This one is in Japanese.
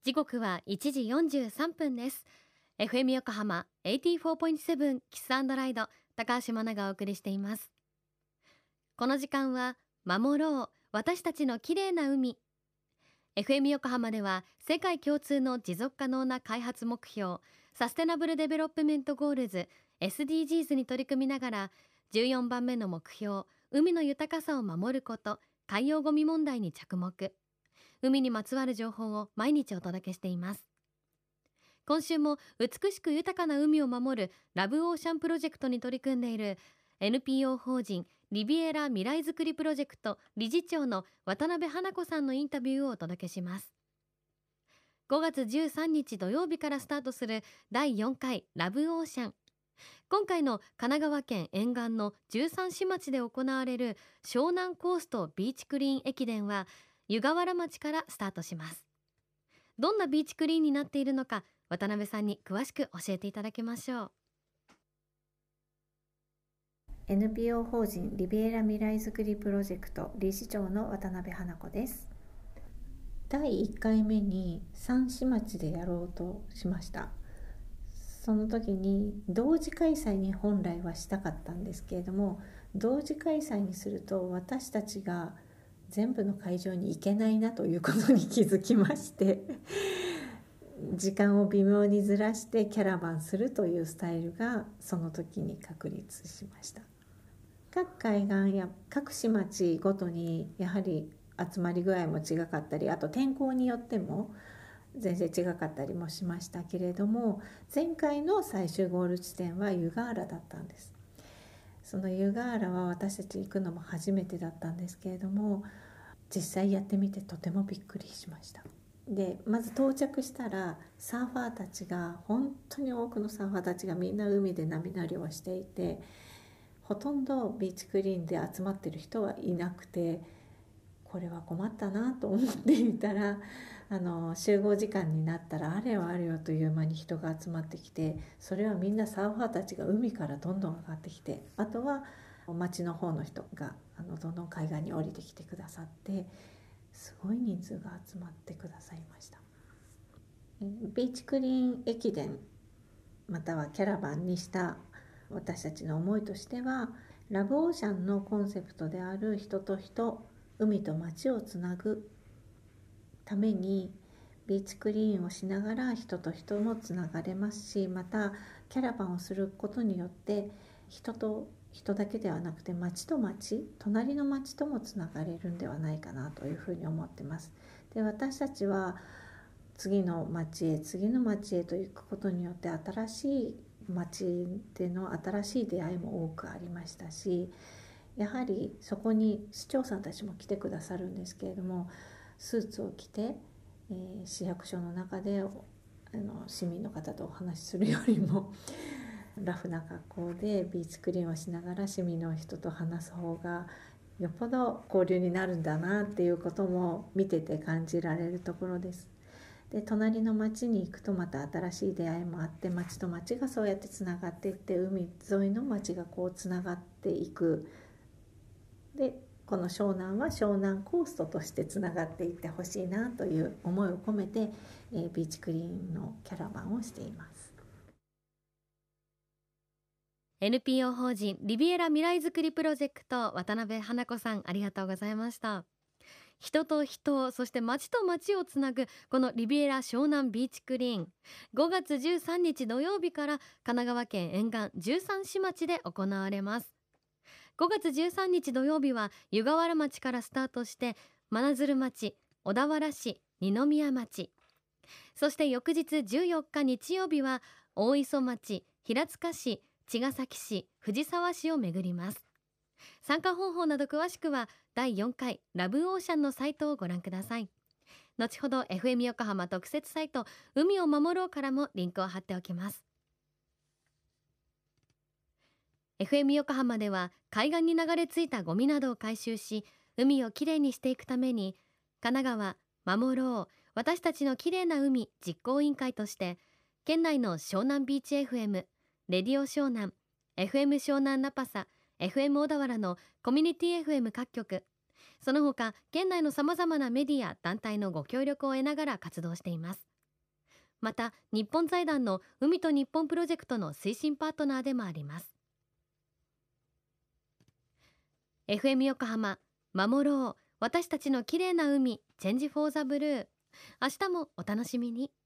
時刻は1時43分です。 FM 横浜 84.7 キス&ライド、高橋真奈がお送りしています。この時間は守ろう私たちの綺麗な海。 FM 横浜では世界共通の持続可能な開発目標サステナブルデベロップメントゴールズ SDGs に取り組みながら、14番目の目標海の豊かさを守ること海洋ゴミ問題に着目。海にまつわる情報を毎日お届けしています。今週も美しく豊かな海を守るラブオーシャンプロジェクトに取り組んでいる NPO 法人リビエラ未来づくりプロジェクト理事長の渡辺花子さんのインタビューをお届けします。5月13日土曜日からスタートする第4回ラブオーシャン。今回の神奈川県沿岸の13市町で行われる湘南コーストビーチクリーン駅伝は湯河原町からスタートします。どんなビーチクリーンになっているのか、渡辺さんに詳しく教えていただきましょう。 NPO 法人リビエラ未来づくりプロジェクト理事長の渡辺花子です。第1回目に3市町でやろうとしました。その時に同時開催に本来はしたかったんですけれども、同時開催にすると私たちが全部の会場に行けないなということに気づきまして時間を微妙にずらしてキャラバンするというスタイルがその時に確立しました。各海岸や各市町ごとにやはり集まり具合も違かったり、あと天候によっても全然違かったりもしましたけれども、前回の最終ゴール地点は湯河原だったんです。その湯河原は私たち行くのも初めてだったんですけれども、実際やってみてとてもびっくりしました。でまず到着したらサーファーたちが、本当に多くのサーファーたちがみんな海で波乗りをしていて、ほとんどビーチクリーンで集まってる人はいなくて、これは困ったなと思っていたら集合時間になったらあれよあれよという間に人が集まってきて、それはみんなサーファーたちが海からどんどん上がってきて、あとは町の方の人がどんどん海岸に降りてきてくださって、すごい人数が集まってくださいました。ビーチクリーン駅伝またはキャラバンにした私たちの思いとしては、ラブオーシャンのコンセプトである人と人、海と街をつなぐためにビーチクリーンをしながら人と人もつながれますし、またキャラバンをすることによって人と人だけではなくて町と町、隣の町ともつながれるんではないかなというふうに思ってます。で私たちは次の町へと行くことによって新しい町での新しい出会いも多くありましたし、やはりそこに市長さんたちも来てくださるんですけれども、スーツを着て、市役所の中で市民の方とお話しするよりもラフな格好でビーチクリーンをしながら市民の人と話す方がよっぽど交流になるんだなっていうことも見てて感じられるところです。で隣の町に行くとまた新しい出会いもあって、町と町がそうやってつながっていって、海沿いの町がこうつながっていく。でこの湘南は湘南コーストとしてつながっていってほしいなという思いを込めて、ビーチクリーンのキャラバンをしています。 NPO 法人リビエラ未来づくりプロジェクト渡辺花子さん、ありがとうございました。人と人、そして町と町をつなぐこのリビエラ湘南ビーチクリーン、5月13日土曜日から神奈川県沿岸13市町で行われます。5月13日土曜日は湯河原町からスタートして、真鶴町、小田原市、二宮町、そして翌日14日日曜日は大磯町、平塚市、茅ヶ崎市、藤沢市を巡ります。参加方法など詳しくは第4回ラブオーシャンのサイトをご覧ください。後ほど FM 横浜特設サイト海を守ろうからもリンクを貼っておきます。FM 横浜では海岸に流れ着いたゴミなどを回収し、海をきれいにしていくために、神奈川守ろう私たちのきれいな海実行委員会として、県内の湘南ビーチ FM、レディオ湘南、FM 湘南ナパサ、FM 小田原のコミュニティ FM 各局、その他県内のさまざまなメディア団体のご協力を得ながら活動しています。 また日本財団の海と日本プロジェクトの推進パートナーでもあります。 FM 横浜守ろう私たちの綺麗な海チェンジフォーザブルー。明日もお楽しみに。